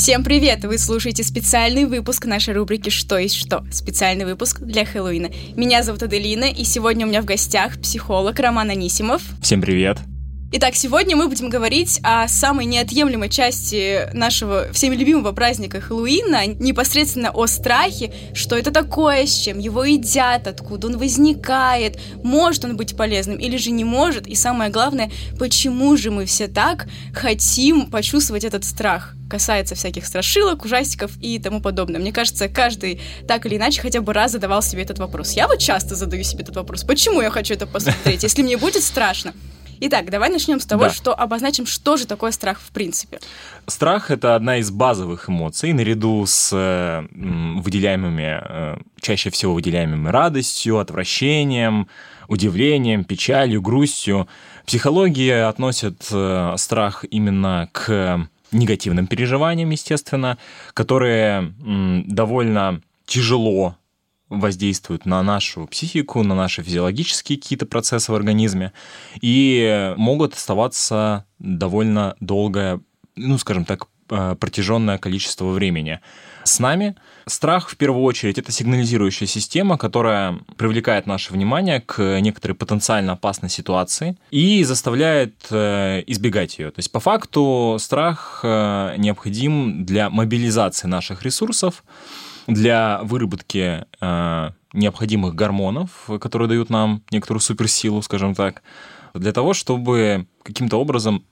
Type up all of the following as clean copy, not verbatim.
Всем привет! Вы слушаете специальный выпуск нашей рубрики «Что есть что?» Специальный выпуск для Хэллоуина. Меня зовут Аделина, и сегодня у меня в гостях психолог Роман Анисимов. Всем привет! Итак, сегодня мы будем говорить о самой неотъемлемой части нашего всеми любимого праздника Хэллоуина, непосредственно о страхе, что это такое, с чем его едят, откуда он возникает, может он быть полезным или же не может, и самое главное, почему же мы все так хотим почувствовать этот страх. Касается всяких страшилок, ужастиков и тому подобное. Мне кажется, каждый так или иначе хотя бы раз задавал себе этот вопрос. Я вот часто задаю себе этот вопрос. Почему я хочу это посмотреть, если мне будет страшно? Итак, давай начнем с того, что обозначим, что же такое страх в принципе. Страх — это одна из базовых эмоций, наряду с выделяемыми, чаще всего выделяемыми радостью, отвращением, удивлением, печалью, грустью. Психология относит страх именно к негативным переживаниям, естественно, которые довольно тяжело воздействуют на нашу психику, на наши физиологические какие-то процессы в организме и могут оставаться довольно долгое, скажем так, протяженное количество времени с нами. Страх, в первую очередь, это сигнализирующая система, которая привлекает наше внимание к некоторой потенциально опасной ситуации и заставляет избегать ее. То есть, по факту, страх необходим для мобилизации наших ресурсов, для выработки необходимых гормонов, которые дают нам некоторую суперсилу, скажем так, для того, чтобы каким-то образом,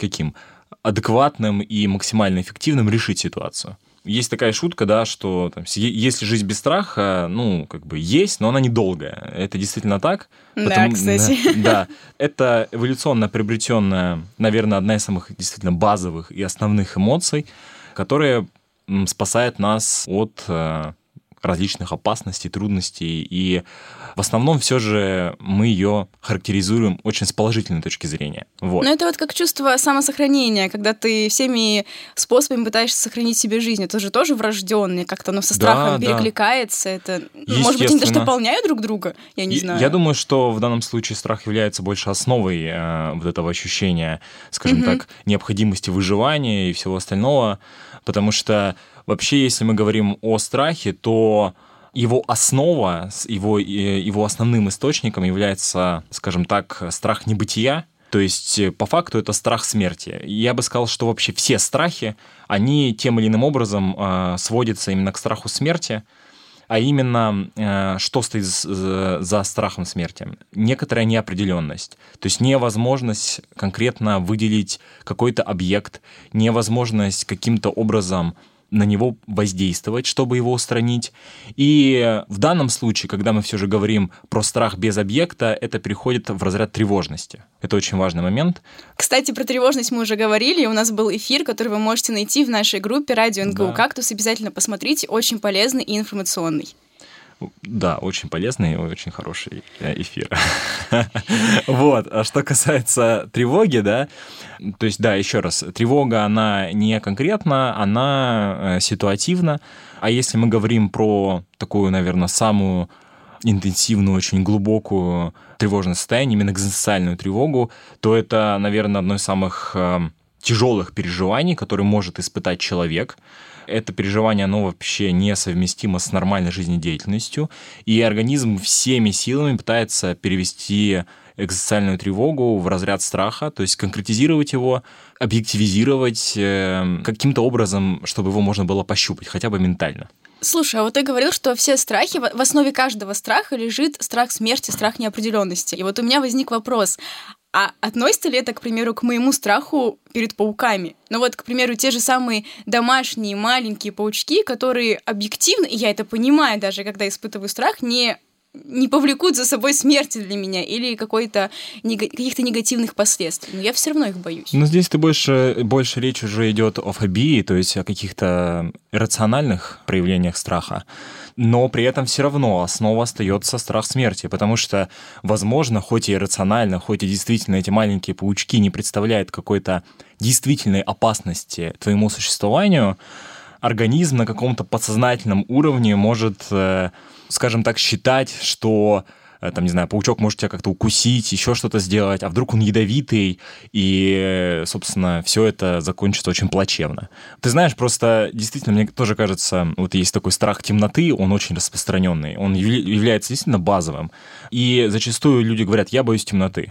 адекватным и максимально эффективным решить ситуацию. Есть такая шутка, да, что если жизнь без страха, есть, но она недолгая. Это действительно так. Кстати. Да, это эволюционно приобретенная, наверное, одна из самых действительно базовых и основных эмоций, которые спасает нас от различных опасностей, трудностей, и в основном все же мы ее характеризуем очень с положительной точки зрения. Вот. Но это вот как чувство самосохранения, когда ты всеми способами пытаешься сохранить себе жизнь. Это же тоже врожденное, как-то оно со страхом перекликается. Это, может быть, они даже дополняют друг друга, я не знаю. Я думаю, что в данном случае страх является больше основой вот этого ощущения, скажем так, необходимости выживания и всего остального, потому что вообще, если мы говорим о страхе, то его основа, его основным источником является, скажем так, страх небытия. То есть, по факту, это страх смерти. Я бы сказал, что вообще все страхи, они тем или иным образом сводятся именно к страху смерти, а именно, что стоит за страхом смерти? Некоторая неопределенность. То есть невозможность конкретно выделить какой-то объект, невозможность каким-то образом на него воздействовать, чтобы его устранить. И в данном случае, когда мы все же говорим про страх без объекта, это переходит в разряд тревожности. Это очень важный момент. Кстати, про тревожность мы уже говорили. У нас был эфир, который вы можете найти в нашей группе «Радио НГУ Кактус». Обязательно посмотрите. Очень полезный и информационный. Да, очень полезный и очень хороший эфир. Вот. А что касается тревоги, да, то есть, да, еще раз, тревога, она не конкретна, она ситуативна. А если мы говорим про такую, наверное, самую интенсивную, очень глубокую тревожное состояние, именно экзистенциальную тревогу, то это, наверное, одно из самых тяжелых переживаний, которые может испытать человек. Это переживание, оно вообще несовместимо с нормальной жизнедеятельностью, и организм всеми силами пытается перевести экзистенциальную тревогу в разряд страха, то есть конкретизировать его, объективизировать каким-то образом, чтобы его можно было пощупать, хотя бы ментально. Слушай, а вот ты говорил, что все страхи, в основе каждого страха лежит страх смерти, страх неопределенности. И вот у меня возник вопрос, а относится ли это, к примеру, к моему страху перед пауками? Ну вот, к примеру, те же самые домашние маленькие паучки, которые объективно, и я это понимаю даже, когда испытываю страх, не повлекут за собой смерти для меня или каких-то негативных последствий. Но я все равно их боюсь. Но здесь больше речь уже идет о фобии, то есть о каких-то иррациональных проявлениях страха. Но при этом все равно основа остается страх смерти, потому что, возможно, хоть и иррационально, хоть и действительно эти маленькие паучки не представляют какой-то действительной опасности твоему существованию, организм на каком-то подсознательном уровне может, скажем так, считать, что там, не знаю, паучок может тебя как-то укусить, еще что-то сделать, а вдруг он ядовитый, и, собственно, все это закончится очень плачевно. Ты знаешь, просто действительно, мне тоже кажется, вот есть такой страх темноты, он очень распространенный, он является действительно базовым, и зачастую люди говорят: я боюсь темноты,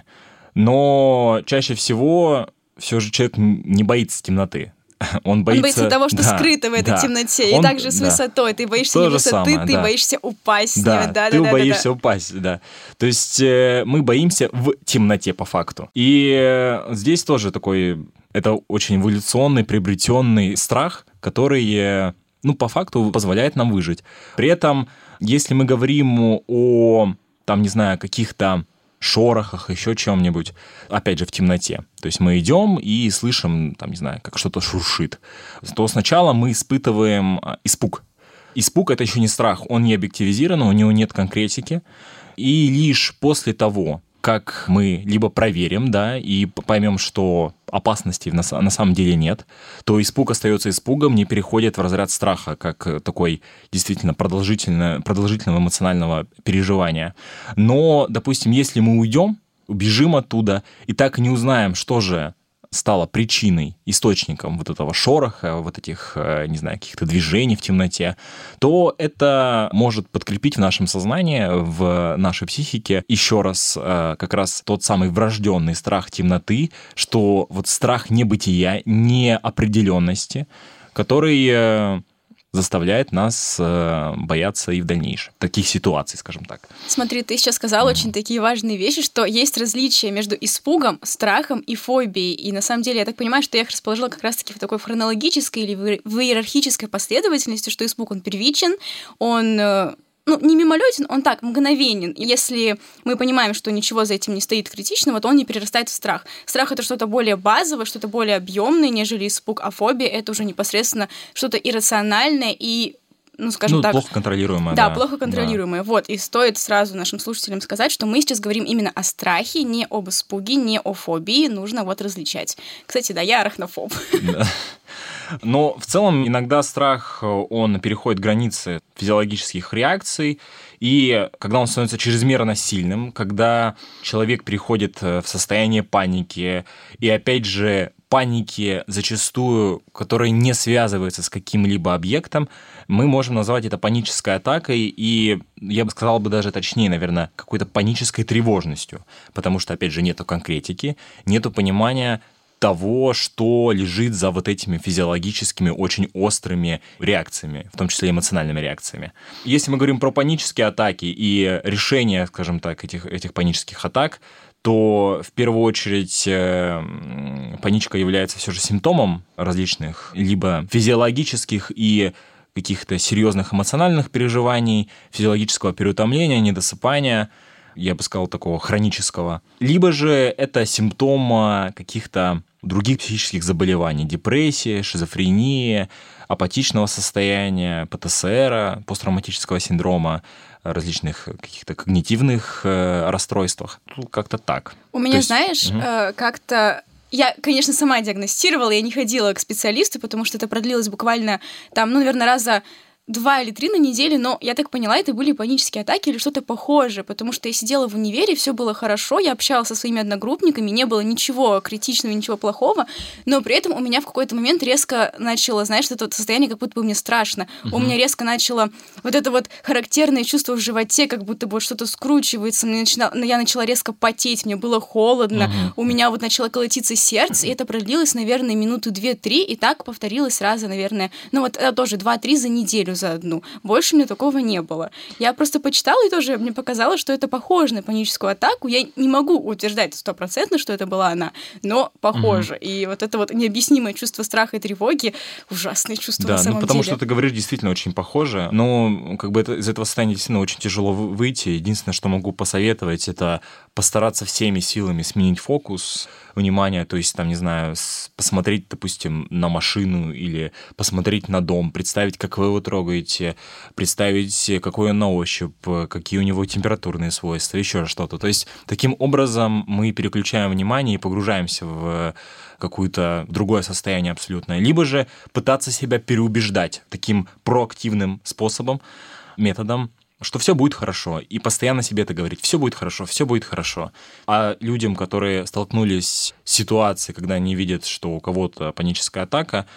но чаще всего все же человек не боится темноты. Он боится того, что скрыто в этой темноте. И также с высотой. Ты боишься не высоты, ты боишься упасть с нее. Ты боишься упасть, да. То есть мы боимся в темноте по факту. И здесь тоже такой, это очень эволюционный, приобретенный страх, который, по факту позволяет нам выжить. При этом, если мы говорим о, там, не знаю, каких-то шорохах, еще чем-нибудь, опять же, в темноте. То есть мы идем и слышим, там, не знаю, как что-то шуршит. То сначала мы испытываем испуг. Испуг — это еще не страх, он не объективизирован, у него нет конкретики. И лишь после того, как мы либо проверим, да, и поймем, что опасности на самом деле нет, то испуг остается испугом, не переходит в разряд страха, как такой действительно продолжительного эмоционального переживания. Но, допустим, если мы убежим оттуда и так и не узнаем, что же стало причиной, источником вот этого шороха, вот этих, не знаю, каких-то движений в темноте, то это может подкрепить в нашем сознании, в нашей психике еще раз как раз тот самый врожденный страх темноты, что вот страх небытия, неопределенности, который заставляет нас бояться и в дальнейшем. Таких ситуаций, скажем так. Смотри, ты сейчас сказал очень такие важные вещи, что есть различия между испугом, страхом и фобией. И на самом деле я так понимаю, что я их расположила как раз-таки в такой хронологической или в иерархической последовательности, что испуг, он первичен, он не мимолетен, он так, мгновенен. Если мы понимаем, что ничего за этим не стоит критичного, то он не перерастает в страх. Страх — это что-то более базовое, что-то более объемное, нежели испуг, а фобия — это уже непосредственно что-то иррациональное и, скажем так... плохо контролируемое. Да, плохо контролируемое. Да. Вот, и стоит сразу нашим слушателям сказать, что мы сейчас говорим именно о страхе, не об испуге, не о фобии. Нужно различать. Кстати, да, я арахнофоб. Но в целом иногда страх, он переходит границы физиологических реакций, и когда он становится чрезмерно сильным, когда человек переходит в состояние паники, и опять же паники зачастую, которая не связывается с каким-либо объектом, мы можем назвать это панической атакой, и я бы сказал даже точнее, наверное, какой-то панической тревожностью, потому что, опять же, нету конкретики, нету понимания того, что лежит за вот этими физиологическими, очень острыми реакциями, в том числе эмоциональными реакциями. Если мы говорим про панические атаки и решение, скажем так, этих панических атак, то в первую очередь паничка является все же симптомом различных либо физиологических и каких-то серьезных эмоциональных переживаний, физиологического переутомления, недосыпания, я бы сказал, такого хронического. Либо же это симптом каких-то других психических заболеваний, депрессии, шизофрении, апатичного состояния, ПТСР, посттравматического синдрома, различных каких-то когнитивных расстройствах. Как-то так. У меня, знаешь, как-то... Я, конечно, сама диагностировала, я не ходила к специалисту, потому что это продлилось буквально наверное, раза 2 или 3 на неделю, но я так поняла, это были панические атаки или что-то похожее, потому что я сидела в универе, все было хорошо, я общалась со своими одногруппниками, не было ничего критичного, ничего плохого, но при этом у меня в какой-то момент резко начало, знаешь, это состояние, как будто бы мне страшно. У меня резко начало это характерное чувство в животе, как будто бы что-то скручивается, я начала резко потеть, мне было холодно, у меня начало колотиться сердце, и это продлилось, наверное, минуты 2-3, и так повторилось раза, наверное, это тоже 2-3 за неделю, за одну. Больше у меня такого не было. Я просто почитала, и тоже мне показалось, что это похоже на паническую атаку. Я не могу утверждать 100%, что это была она, но похоже. И это необъяснимое чувство страха и тревоги, ужасное чувство на самом деле. Потому что ты говоришь, действительно очень похоже, но из этого состояния действительно очень тяжело выйти. Единственное, что могу посоветовать, это постараться всеми силами сменить фокус внимания, то есть, не знаю, посмотреть, допустим, на машину или посмотреть на дом, представить, как вы его трогаете, представить, какой он на ощупь, какие у него температурные свойства, еще что-то. То есть, таким образом мы переключаем внимание и погружаемся в какое-то другое состояние абсолютно. Либо же пытаться себя переубеждать таким проактивным способом, методом, что все будет хорошо, и постоянно себе это говорить, все будет хорошо, все будет хорошо. А людям, которые столкнулись с ситуацией, когда они видят, что у кого-то паническая атака,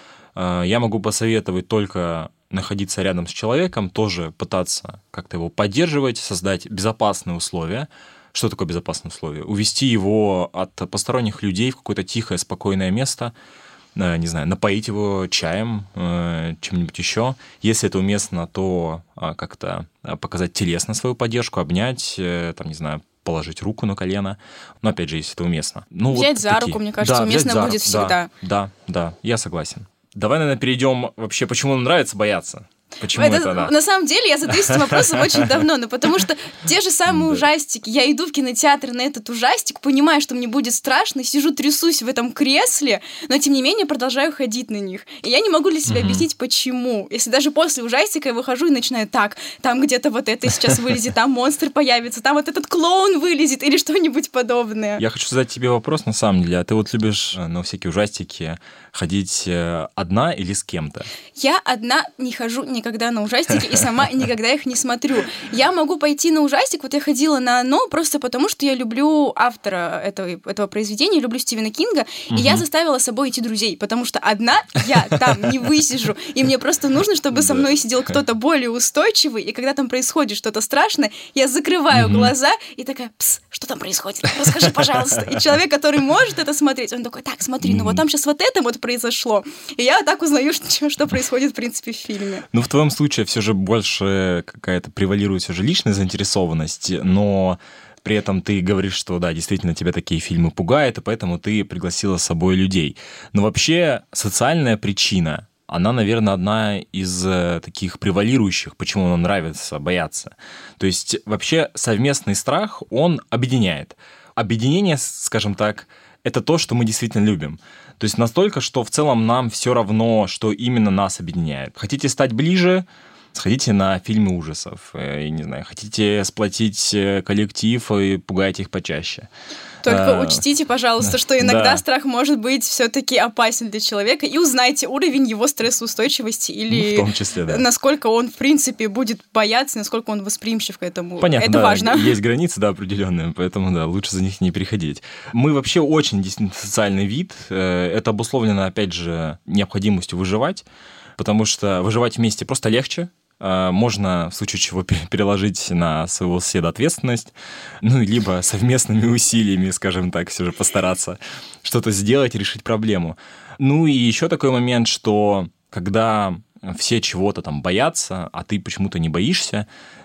я могу посоветовать только находиться рядом с человеком, тоже пытаться как-то его поддерживать, создать безопасные условия. Что такое безопасные условия? Увести его от посторонних людей в какое-то тихое, спокойное место, не знаю, напоить его чаем, чем-нибудь еще. Если это уместно, то как-то показать телесно свою поддержку, обнять, там, не знаю, положить руку на колено. Но, опять же, если это уместно. Ну, взять вот за такие. руку, мне кажется, да, уместно будет всегда. Да, я согласен. Давай, наверное, перейдем вообще, почему нам нравится бояться. Почему это да? На самом деле я задаюсь этим вопросом очень давно, но потому что те же самые ужастики, я иду в кинотеатр на этот ужастик, понимаю, что мне будет страшно, сижу, трясусь в этом кресле, но тем не менее продолжаю ходить на них. И я не могу для себя объяснить, почему. Если даже после ужастика я выхожу и начинаю так, там где-то вот это сейчас вылезет, там монстр появится, там вот этот клоун вылезет или что-нибудь подобное. Я хочу задать тебе вопрос, на самом деле. А ты вот любишь на всякие ужастики ходить одна или с кем-то? Я одна не хожу никогда на ужастики и сама никогда их не смотрю. Я могу пойти на ужастик, вот я ходила на «Оно» просто потому, что я люблю автора этого произведения, люблю Стивена Кинга, и я заставила с собой идти друзей, потому что одна я там не высижу, и мне просто нужно, чтобы со мной сидел кто-то более устойчивый, и когда там происходит что-то страшное, я закрываю глаза и такая: «Пс, что там происходит? Расскажи, пожалуйста». И человек, который может это смотреть, он такой: «Так, смотри, ну вот там сейчас вот это вот произошло». И я так узнаю, что происходит, в принципе, в фильме. Ну, в твоем случае все же больше какая-то превалирует все же личная заинтересованность, но при этом ты говоришь, что да, действительно тебя такие фильмы пугают, и поэтому ты пригласила с собой людей. Но вообще социальная причина, она, наверное, одна из таких превалирующих, почему нам нравится бояться. То есть вообще совместный страх, он объединяет. Объединение, скажем так, это то, что мы действительно любим. То есть настолько, что в целом нам все равно, что именно нас объединяет. Хотите стать ближе? Сходите на фильмы ужасов. Я не знаю, хотите сплотить коллектив и пугайте их почаще. Только учтите, пожалуйста, что иногда страх может быть все-таки опасен для человека, и узнайте уровень его стрессоустойчивости или в том числе, да. Насколько он, в принципе, будет бояться, насколько он восприимчив к этому. Понятно, это да, важно. Есть границы, да, определенные, поэтому, да, лучше за них не переходить. Мы вообще очень действительно социальный вид. Это обусловлено, опять же, необходимостью выживать, потому что выживать вместе просто легче. Можно, в случае чего, переложить на своего соседа ответственность, ну, либо совместными усилиями, скажем так, все же постараться что-то сделать, решить проблему. Ну, и еще такой момент, что когда все чего-то там боятся, а ты почему-то не боишься,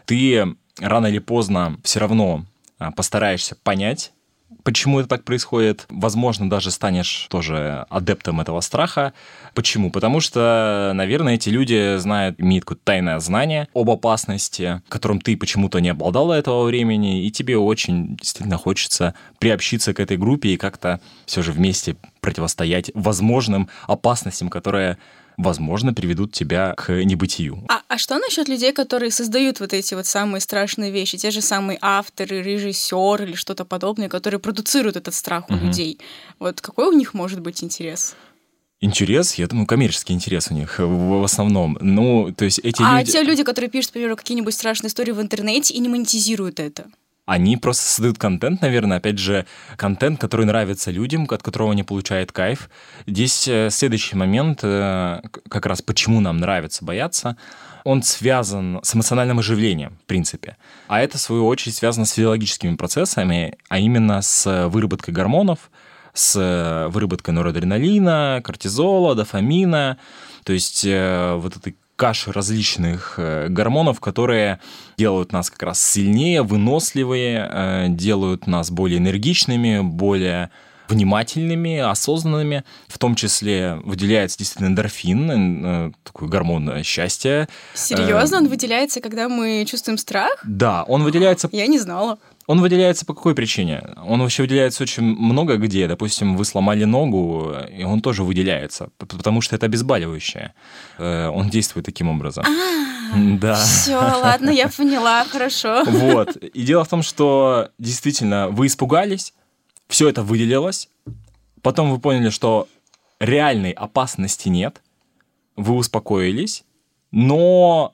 ты рано или поздно все равно постараешься понять, почему это так происходит. Возможно, даже станешь тоже адептом этого страха. Почему? Потому что, наверное, эти люди имеют какое-то тайное знание об опасности, которым ты почему-то не обладал до этого времени, и тебе очень действительно хочется приобщиться к этой группе и как-то все же вместе противостоять возможным опасностям, которые, возможно, приведут тебя к небытию. А что насчет людей, которые создают вот эти вот самые страшные вещи, те же самые авторы, режиссеры или что-то подобное, которые продуцируют этот страх у людей? Вот какой у них может быть интерес? Интерес, я думаю, коммерческий интерес у них в основном. Ну, то есть эти люди... те люди, которые пишут, например, какие-нибудь страшные истории в интернете и не монетизируют это? Они просто создают контент, наверное, опять же, контент, который нравится людям, от которого они получают кайф. Здесь следующий момент, как раз почему нам нравится бояться, он связан с эмоциональным оживлением, в принципе. А это, в свою очередь, связано с физиологическими процессами, а именно с выработкой гормонов, с выработкой норадреналина, кортизола, дофамина, то есть вот этой каши различных гормонов, которые делают нас как раз сильнее, выносливее, делают нас более энергичными, более внимательными, осознанными. В том числе выделяется действительно эндорфин, такой гормон счастья. Серьезно? Он выделяется, когда мы чувствуем страх? Да, он выделяется... Я не знала. Он выделяется по какой причине? Он вообще выделяется очень много где. Допустим, вы сломали ногу, и он тоже выделяется, потому что это обезболивающее. Он действует таким образом. Да. Все, ладно, я поняла, хорошо. Вот. И дело в том, что действительно вы испугались, все это выделилось, потом вы поняли, что реальной опасности нет, вы успокоились, но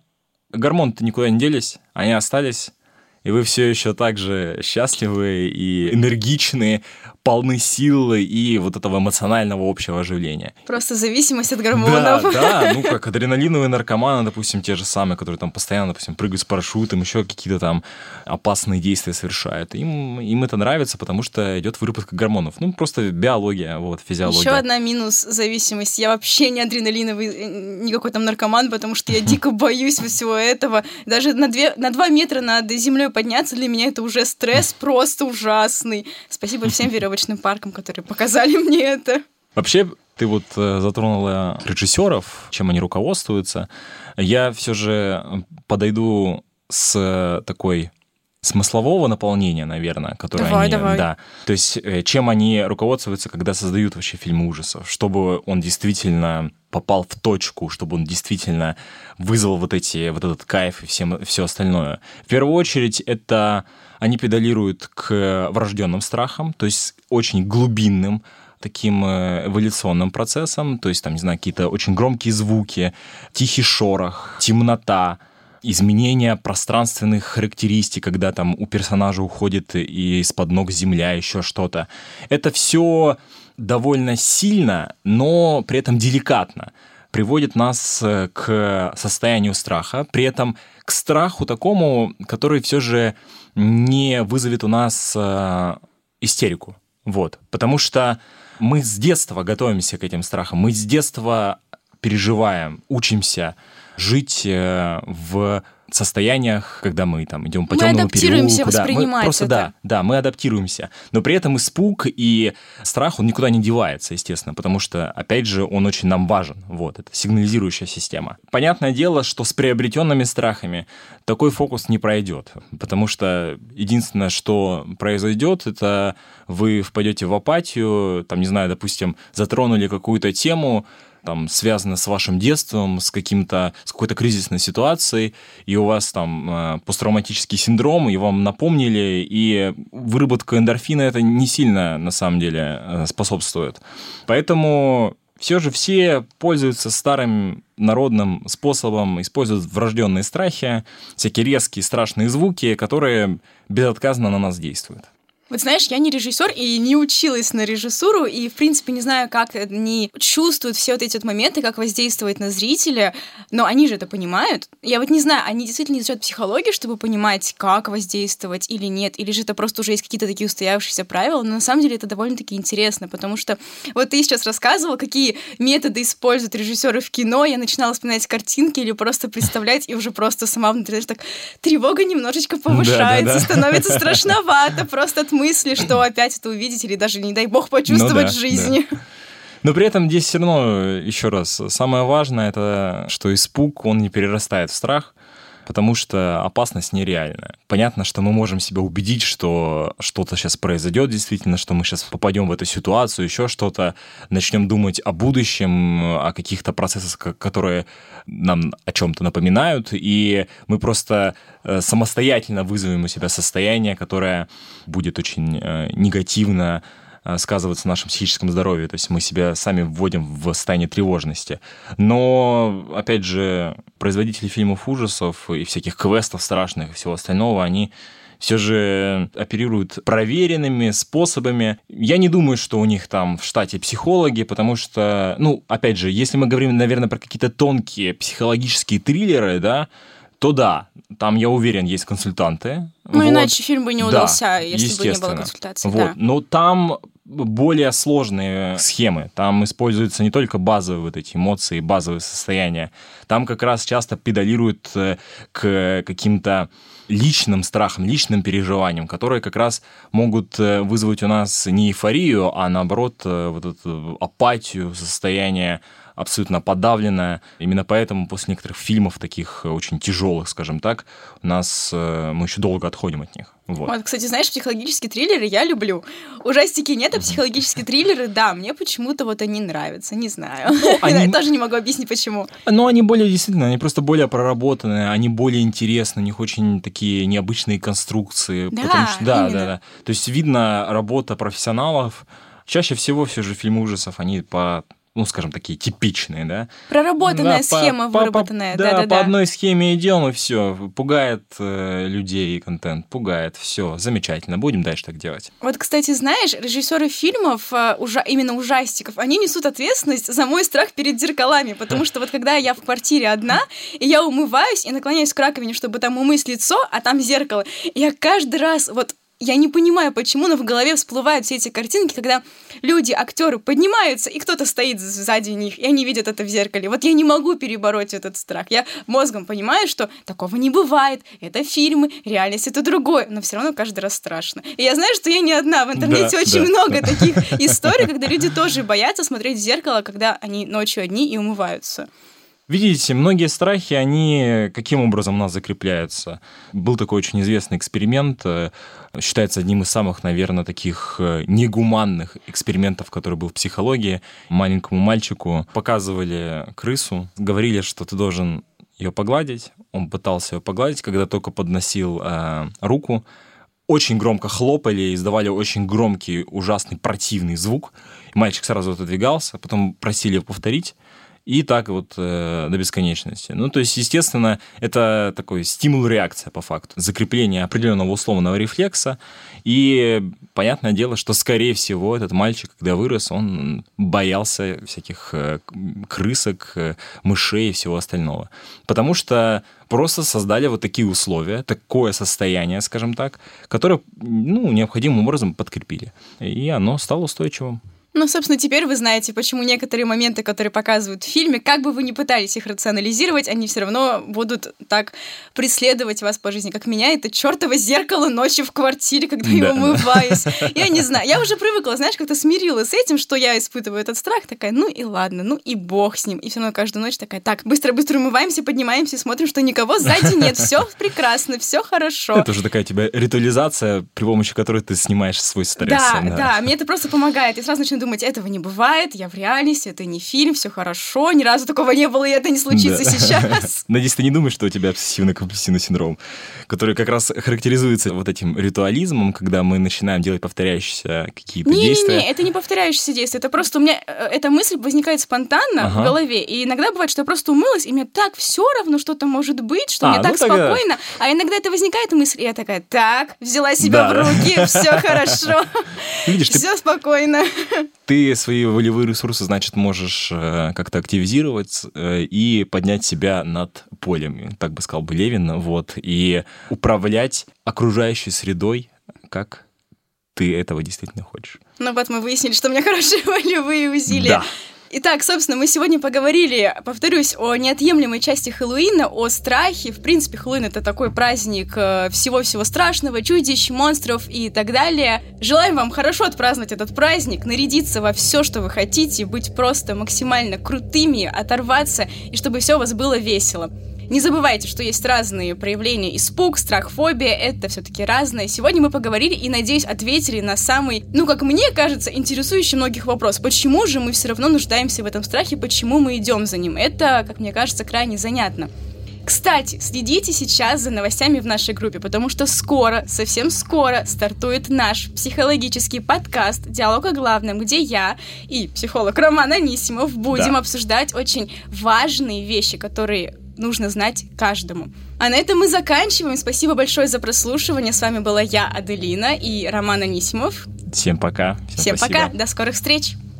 гормоны-то никуда не делись, они остались, и вы все еще так же счастливы и энергичны, полны силы и вот этого эмоционального общего оживления. Просто зависимость от гормонов. Да, ну как адреналиновые наркоманы, допустим, те же самые, которые там постоянно, допустим, прыгают с парашютом, еще какие-то там опасные действия совершают. Им это нравится, потому что идет выработка гормонов. Ну, просто биология, вот, физиология. Еще одна минус зависимости. Я вообще не адреналиновый, никакой там наркоман, потому что я дико боюсь всего этого. Даже на 2 метра над землей подняться для меня это уже стресс просто ужасный. Спасибо всем веревочным паркам, которые показали мне это. Вообще, ты вот затронула режиссеров, чем они руководствуются. Я все же подойду с такой смыслового наполнения, наверное, которое Давай. Да. То есть, чем они руководствуются, когда создают вообще фильм ужасов, чтобы он действительно попал в точку, чтобы он действительно вызвал вот этот кайф и все остальное. В первую очередь, это они педалируют к врожденным страхам, то есть очень глубинным таким эволюционным процессом, то есть там, не знаю, какие-то очень громкие звуки, тихий шорох, темнота, изменение пространственных характеристик, когда там у персонажа уходит из-под ног земля, еще что-то. Это все довольно сильно, но при этом деликатно приводит нас к состоянию страха, при этом к страху такому, который все же не вызовет у нас истерику. Вот. Потому что мы с детства готовимся к этим страхам, мы с детства переживаем, учимся жить в состояниях, когда мы там идем по темному переулку. Мы адаптируемся воспринимать это. Да, мы адаптируемся. Но при этом испуг и страх, он никуда не девается, естественно, потому что, опять же, он очень нам важен. Вот, это сигнализирующая система. Понятное дело, что с приобретенными страхами такой фокус не пройдет, потому что единственное, что произойдет, это вы впадете в апатию, там, не знаю, допустим, затронули какую-то тему, там, связано с вашим детством, с какой-то кризисной ситуацией, и у вас там посттравматический синдром, и вам напомнили, и выработка эндорфина это не сильно, на самом деле, способствует. Поэтому все же все пользуются старым народным способом, используют врожденные страхи, всякие резкие страшные звуки, которые безотказно на нас действуют. Вот знаешь, я не режиссер и не училась на режиссуру, и, в принципе, не знаю, как они чувствуют все вот эти вот моменты, как воздействовать на зрителя, но они же это понимают. Я вот не знаю, они действительно изучают психологию, чтобы понимать, как воздействовать или нет, или же это просто уже есть какие-то такие устоявшиеся правила, но на самом деле это довольно-таки интересно, потому что вот ты сейчас рассказывал, какие методы используют режиссеры в кино, я начинала вспоминать картинки или просто представлять, и уже просто сама внутри, знаешь, так тревога немножечко повышается, становится страшновато просто от мысли, что опять это увидеть или даже, не дай бог, почувствовать в жизни. Да. Но при этом здесь все равно, еще раз, самое важное, это что испуг, он не перерастает в страх, потому что опасность нереальная. Понятно, что мы можем себя убедить, что что-то сейчас произойдет действительно, что мы сейчас попадем в эту ситуацию, еще что-то, начнем думать о будущем, о каких-то процессах, которые нам о чем-то напоминают, и мы просто самостоятельно вызовем у себя состояние, которое будет очень негативно сказываться на нашем психическом здоровье, то есть мы себя сами вводим в состояние тревожности. Но, опять же, производители фильмов ужасов и всяких квестов страшных и всего остального, они все же оперируют проверенными способами. Я не думаю, что у них там в штате психологи, потому что, опять же, если мы говорим, наверное, про какие-то тонкие психологические триллеры, да, то да, там, я уверен, есть консультанты. Иначе фильм бы не удался, если бы не было консультаций. Вот. Да. Но там более сложные схемы. Там используются не только базовые вот эти эмоции, базовые состояния. Там как раз часто педалируют к каким-то личным страхам, личным переживаниям, которые как раз могут вызвать у нас не эйфорию, а наоборот вот эту апатию, состояние абсолютно подавленная. Именно поэтому после некоторых фильмов, таких очень тяжелых, скажем так, мы еще долго отходим от них. Вот, кстати, знаешь, психологические триллеры я люблю. Ужастики нет, а психологические триллеры, да, мне почему-то вот они нравятся, не знаю. Я тоже не могу объяснить, почему. Но они они просто более проработанные, они более интересны, у них очень такие необычные конструкции. Да. То есть видно работа профессионалов. Чаще всего все же фильмы ужасов, они по ну, скажем, такие типичные, да. Проработанная схема, выработанная. Да. По одной схеме идем, и все. Пугает людей контент, пугает. Все, замечательно. Будем дальше так делать. Вот, кстати, знаешь, режиссеры фильмов, именно ужастиков, они несут ответственность за мой страх перед зеркалами, потому что вот когда я в квартире одна, и я умываюсь и наклоняюсь к раковине, чтобы там умыть лицо, а там зеркало, я каждый раз вот я не понимаю, почему, но в голове всплывают все эти картинки, когда люди, актеры поднимаются, и кто-то стоит сзади них, и они видят это в зеркале. Вот я не могу перебороть этот страх. Я мозгом понимаю, что такого не бывает. Это фильмы, реальность — это другое. Но все равно каждый раз страшно. И я знаю, что я не одна. В интернете очень много таких историй, когда люди тоже боятся смотреть в зеркало, когда они ночью одни и умываются. Видите, многие страхи, они каким образом у нас закрепляются? Был такой очень известный эксперимент, считается одним из самых, наверное, таких негуманных экспериментов, который был в психологии. Маленькому мальчику показывали крысу, говорили, что ты должен ее погладить. Он пытался ее погладить, когда только подносил руку. Очень громко хлопали, издавали очень громкий, ужасный, противный звук. Мальчик сразу отодвигался, потом просили его повторить. И так вот до бесконечности. Ну, то есть, естественно, это такой стимул-реакция по факту. Закрепление определенного условного рефлекса. И понятное дело, что, скорее всего, этот мальчик, когда вырос, он боялся всяких крысок, мышей и всего остального. Потому что просто создали вот такие условия, такое состояние, скажем так, которое, необходимым образом подкрепили. И оно стало устойчивым. Ну, собственно, теперь вы знаете, почему некоторые моменты, которые показывают в фильме, как бы вы ни пытались их рационализировать, они все равно будут так преследовать вас по жизни. Как меня, это чертово зеркало ночью в квартире, когда я умываюсь. Я не знаю, я уже привыкла, знаешь, как-то смирилась с этим, что я испытываю этот страх, такая, ну и ладно, ну и бог с ним. И все равно каждую ночь такая, так, быстро-быстро умываемся, поднимаемся, смотрим, что никого сзади нет, все прекрасно, все хорошо. Это уже такая у тебя ритуализация, при помощи которой ты снимаешь свой стресс. Да, мне это просто помогает. Я сразу начинаю думать, этого не бывает, я в реальности, это не фильм, все хорошо, ни разу такого не было, и это не случится сейчас. Надеюсь, ты не думаешь, что у тебя обсессивно-компульсивный синдром, который как раз характеризуется вот этим ритуализмом, когда мы начинаем делать повторяющиеся какие-то действия. Не, это не повторяющиеся действия, это просто у меня эта мысль возникает спонтанно в голове, и иногда бывает, что я просто умылась, и мне так все равно что-то может быть, что мне так спокойно, а иногда это возникает мысль, и я такая, так, взяла себя в руки, все хорошо, все спокойно. Ты свои волевые ресурсы, значит, можешь как-то активизировать и поднять себя над полем, так бы сказал бы Левин, вот, и управлять окружающей средой, как ты этого действительно хочешь. Ну вот мы выяснили, что у меня хорошие волевые усилия. Да. Итак, собственно, мы сегодня поговорили, повторюсь, о неотъемлемой части Хэллоуина, о страхе. В принципе, Хэллоуин — это такой праздник всего-всего страшного, чудищ, монстров и так далее. Желаем вам хорошо отпраздновать этот праздник, нарядиться во все, что вы хотите, быть просто максимально крутыми, оторваться, и чтобы все у вас было весело. Не забывайте, что есть разные проявления: испуг, страх, фобия, это все-таки разное. Сегодня мы поговорили и, надеюсь, ответили на самый, как мне кажется, интересующий многих вопрос. Почему же мы все равно нуждаемся в этом страхе, почему мы идем за ним? Это, как мне кажется, крайне занятно. Кстати, следите сейчас за новостями в нашей группе, потому что скоро, совсем скоро стартует наш психологический подкаст «Диалог о главном», где я и психолог Роман Анисимов будем обсуждать очень важные вещи, которые нужно знать каждому. А на этом мы заканчиваем. Спасибо большое за прослушивание. С вами была я, Аделина, и Роман Анисимов. Всем пока. Всем пока. До скорых встреч.